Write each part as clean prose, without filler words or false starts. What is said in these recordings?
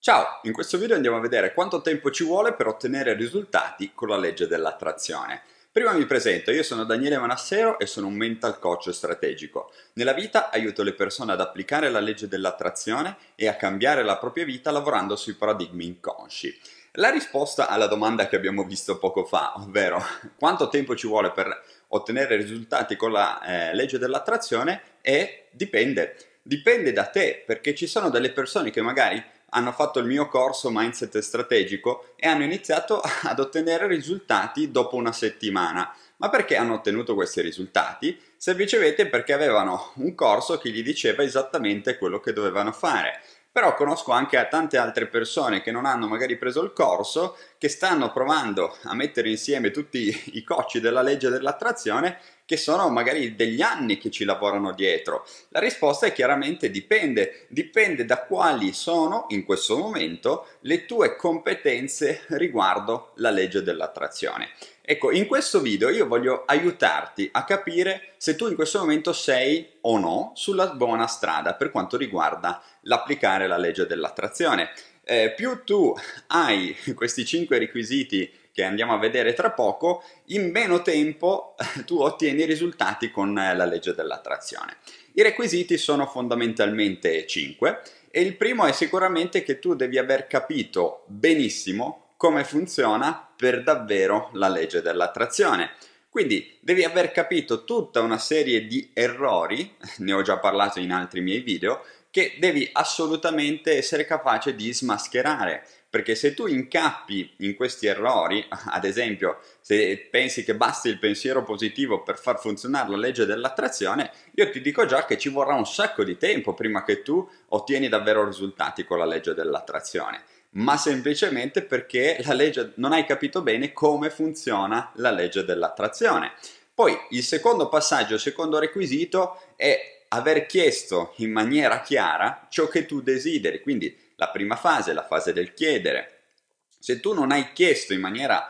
Ciao, in questo video andiamo a vedere quanto tempo ci vuole per ottenere risultati con la legge dell'attrazione. Prima mi presento, io sono Daniele Manassero e sono un mental coach strategico. Nella vita aiuto le persone ad applicare la legge dell'attrazione e a cambiare la propria vita lavorando sui paradigmi inconsci. La risposta alla domanda che abbiamo visto poco fa, ovvero quanto tempo ci vuole per ottenere risultati con la legge dell'attrazione, è dipende. Dipende da te, perché ci sono delle persone che magari hanno fatto il mio corso Mindset Strategico e hanno iniziato ad ottenere risultati dopo una settimana. Ma perché hanno ottenuto questi risultati? Semplicemente perché avevano un corso che gli diceva esattamente quello che dovevano fare. Però conosco anche tante altre persone che non hanno magari preso il corso, che stanno provando a mettere insieme tutti i cocci della legge dell'attrazione, che sono magari degli anni che ci lavorano dietro. La risposta è chiaramente dipende da quali sono in questo momento le tue competenze riguardo la legge dell'attrazione. Ecco, in questo video io voglio aiutarti a capire se tu in questo momento sei o no sulla buona strada per quanto riguarda l'applicare la legge dell'attrazione. Più tu hai questi 5 requisiti che andiamo a vedere tra poco, in meno tempo tu ottieni i risultati con la legge dell'attrazione. I requisiti sono fondamentalmente 5 e il primo è sicuramente che tu devi aver capito benissimo come funziona per davvero la legge dell'attrazione. Quindi devi aver capito tutta una serie di errori, ne ho già parlato in altri miei video, che devi assolutamente essere capace di smascherare, perché se tu incappi in questi errori, ad esempio se pensi che basti il pensiero positivo per far funzionare la legge dell'attrazione, io ti dico già che ci vorrà un sacco di tempo prima che tu ottieni davvero risultati con la legge dell'attrazione, ma semplicemente perché non hai capito bene come funziona la legge dell'attrazione. Poi il secondo passaggio, il secondo requisito è aver chiesto in maniera chiara ciò che tu desideri, quindi la prima fase, la fase del chiedere. Se tu non hai chiesto in maniera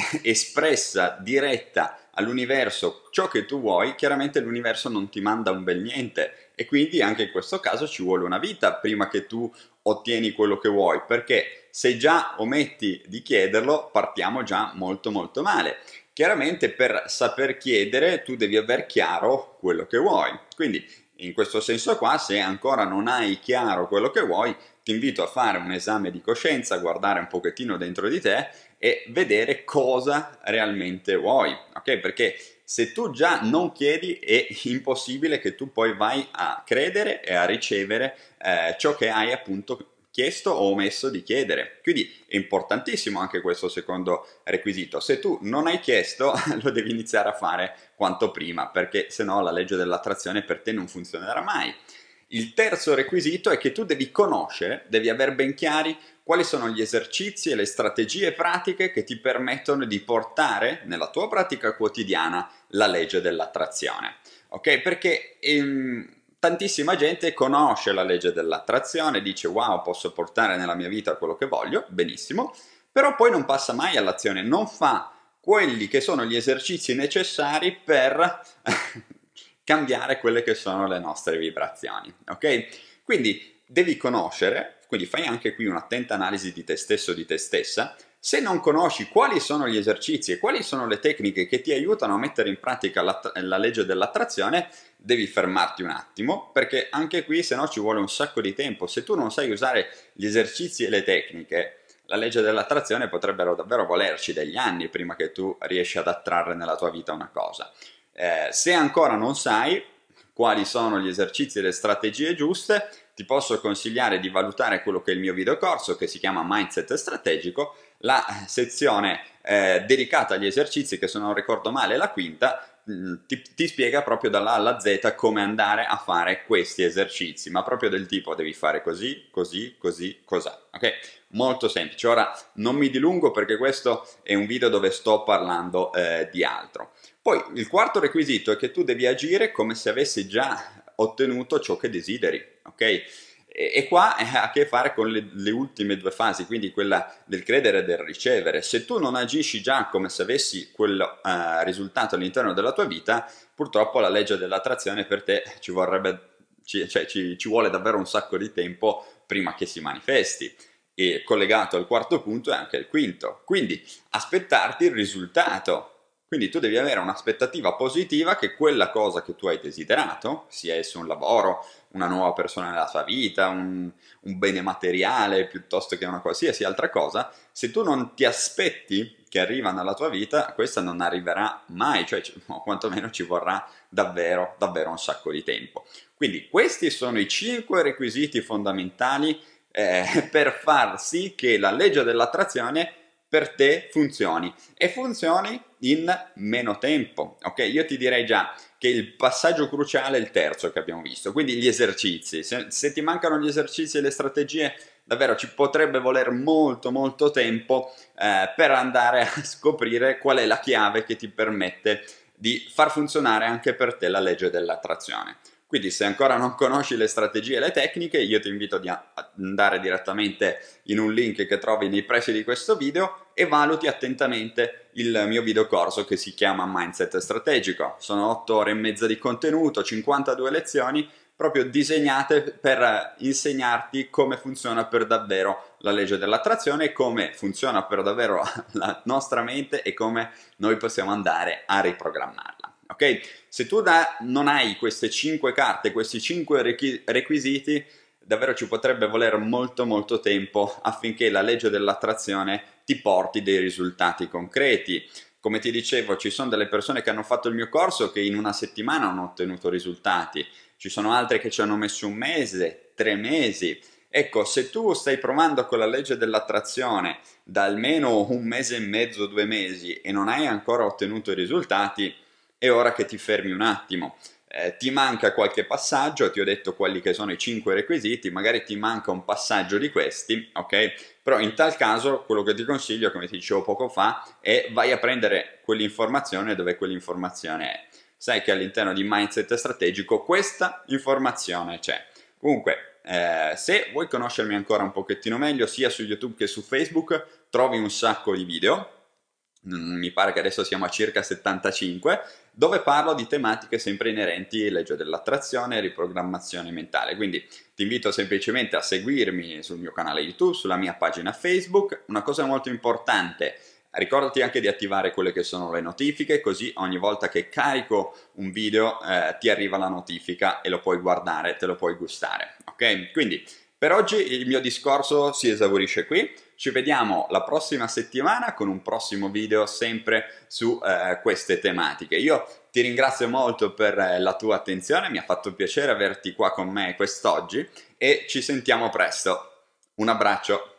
espressa, diretta all'universo ciò che tu vuoi, chiaramente l'universo non ti manda un bel niente e quindi anche in questo caso ci vuole una vita prima che tu ottieni quello che vuoi, perché se già ometti di chiederlo partiamo già molto molto male. Chiaramente per saper chiedere tu devi aver chiaro quello che vuoi, quindi in questo senso qua, se ancora non hai chiaro quello che vuoi, ti invito a fare un esame di coscienza, guardare un pochettino dentro di te e vedere cosa realmente vuoi, ok? Perché se tu già non chiedi è impossibile che tu poi vai a credere e a ricevere ciò che hai appunto chiesto o omesso di chiedere. Quindi è importantissimo anche questo secondo requisito. Se tu non hai chiesto, lo devi iniziare a fare quanto prima, perché se no la legge dell'attrazione per te non funzionerà mai. Il terzo requisito è che tu devi conoscere, devi aver ben chiari quali sono gli esercizi e le strategie pratiche che ti permettono di portare nella tua pratica quotidiana la legge dell'attrazione. Ok? Perché tantissima gente conosce la legge dell'attrazione, dice wow, posso portare nella mia vita quello che voglio, benissimo, però poi non passa mai all'azione, non fa quelli che sono gli esercizi necessari per cambiare quelle che sono le nostre vibrazioni, ok? Quindi devi conoscere, quindi fai anche qui un'attenta analisi di te stesso, di te stessa. Se non conosci quali sono gli esercizi e quali sono le tecniche che ti aiutano a mettere in pratica la legge dell'attrazione, devi fermarti un attimo, perché anche qui se no ci vuole un sacco di tempo. Se tu non sai usare gli esercizi e le tecniche, la legge dell'attrazione potrebbero davvero volerci degli anni prima che tu riesci ad attrarre nella tua vita una cosa. Se ancora non sai quali sono gli esercizi e le strategie giuste, ti posso consigliare di valutare quello che è il mio videocorso che si chiama Mindset Strategico, la sezione dedicata agli esercizi che se non ricordo male è la quinta, ti spiega proprio dalla A alla Z come andare a fare questi esercizi, ma proprio del tipo devi fare così, così, così, così, ok? Molto semplice. Ora non mi dilungo perché questo è un video dove sto parlando di altro. Poi il quarto requisito è che tu devi agire come se avessi già ottenuto ciò che desideri, ok? E qua ha a che fare con le ultime due fasi, quindi quella del credere e del ricevere. Se tu non agisci già come se avessi quel risultato all'interno della tua vita, purtroppo la legge dell'attrazione per te ci vorrebbe, ci vuole davvero un sacco di tempo prima che si manifesti. e collegato al quarto punto è anche il quinto. Quindi aspettarti il risultato. Quindi tu devi avere un'aspettativa positiva che quella cosa che tu hai desiderato, sia esso un lavoro, una nuova persona nella tua vita, un bene materiale, piuttosto che una qualsiasi altra cosa, se tu non ti aspetti che arriva nella tua vita, questa non arriverà mai, cioè o quantomeno ci vorrà davvero, davvero un sacco di tempo. Quindi questi sono i 5 requisiti fondamentali per far sì che la legge dell'attrazione per te funzioni e funzioni in meno tempo. Ok, io ti direi già che il passaggio cruciale è il terzo che abbiamo visto, quindi gli esercizi. Se ti mancano gli esercizi e le strategie, davvero ci potrebbe voler molto molto tempo per andare a scoprire qual è la chiave che ti permette di far funzionare anche per te la legge dell'attrazione. Quindi se ancora non conosci le strategie e le tecniche, io ti invito ad andare direttamente in un link che trovi nei pressi di questo video e valuti attentamente il mio videocorso che si chiama Mindset Strategico. Sono 8 ore e mezza di contenuto, 52 lezioni proprio disegnate per insegnarti come funziona per davvero la legge dell'attrazione e come funziona per davvero la nostra mente e come noi possiamo andare a riprogrammarla. Ok? Se tu non hai queste 5 carte, questi 5 requisiti, davvero ci potrebbe voler molto molto tempo affinché la legge dell'attrazione ti porti dei risultati concreti. Come ti dicevo, ci sono delle persone che hanno fatto il mio corso che in una settimana hanno ottenuto risultati, ci sono altre che ci hanno messo un mese, 3 mesi. Ecco, se tu stai provando con la legge dell'attrazione da almeno un mese e mezzo, 2 mesi e non hai ancora ottenuto i risultati, è ora che ti fermi un attimo. Ti manca qualche passaggio, ti ho detto quelli che sono i 5 requisiti, magari ti manca un passaggio di questi, ok? Però in tal caso quello che ti consiglio, come ti dicevo poco fa, è vai a prendere quell'informazione dove quell'informazione è. Sai che all'interno di Mindset Strategico questa informazione c'è. Comunque, se vuoi conoscermi ancora un pochettino meglio, sia su YouTube che su Facebook, trovi un sacco di video. Mi pare che adesso siamo a circa 75, dove parlo di tematiche sempre inerenti alla legge dell'attrazione e riprogrammazione mentale. Quindi ti invito semplicemente a seguirmi sul mio canale YouTube, sulla mia pagina Facebook. Una cosa molto importante, ricordati anche di attivare quelle che sono le notifiche, così ogni volta che carico un video ti arriva la notifica e lo puoi guardare, te lo puoi gustare. Ok? Quindi per oggi il mio discorso si esaurisce qui. Ci vediamo la prossima settimana con un prossimo video sempre su queste tematiche. Io ti ringrazio molto per la tua attenzione, mi ha fatto piacere averti qua con me quest'oggi e ci sentiamo presto. Un abbraccio.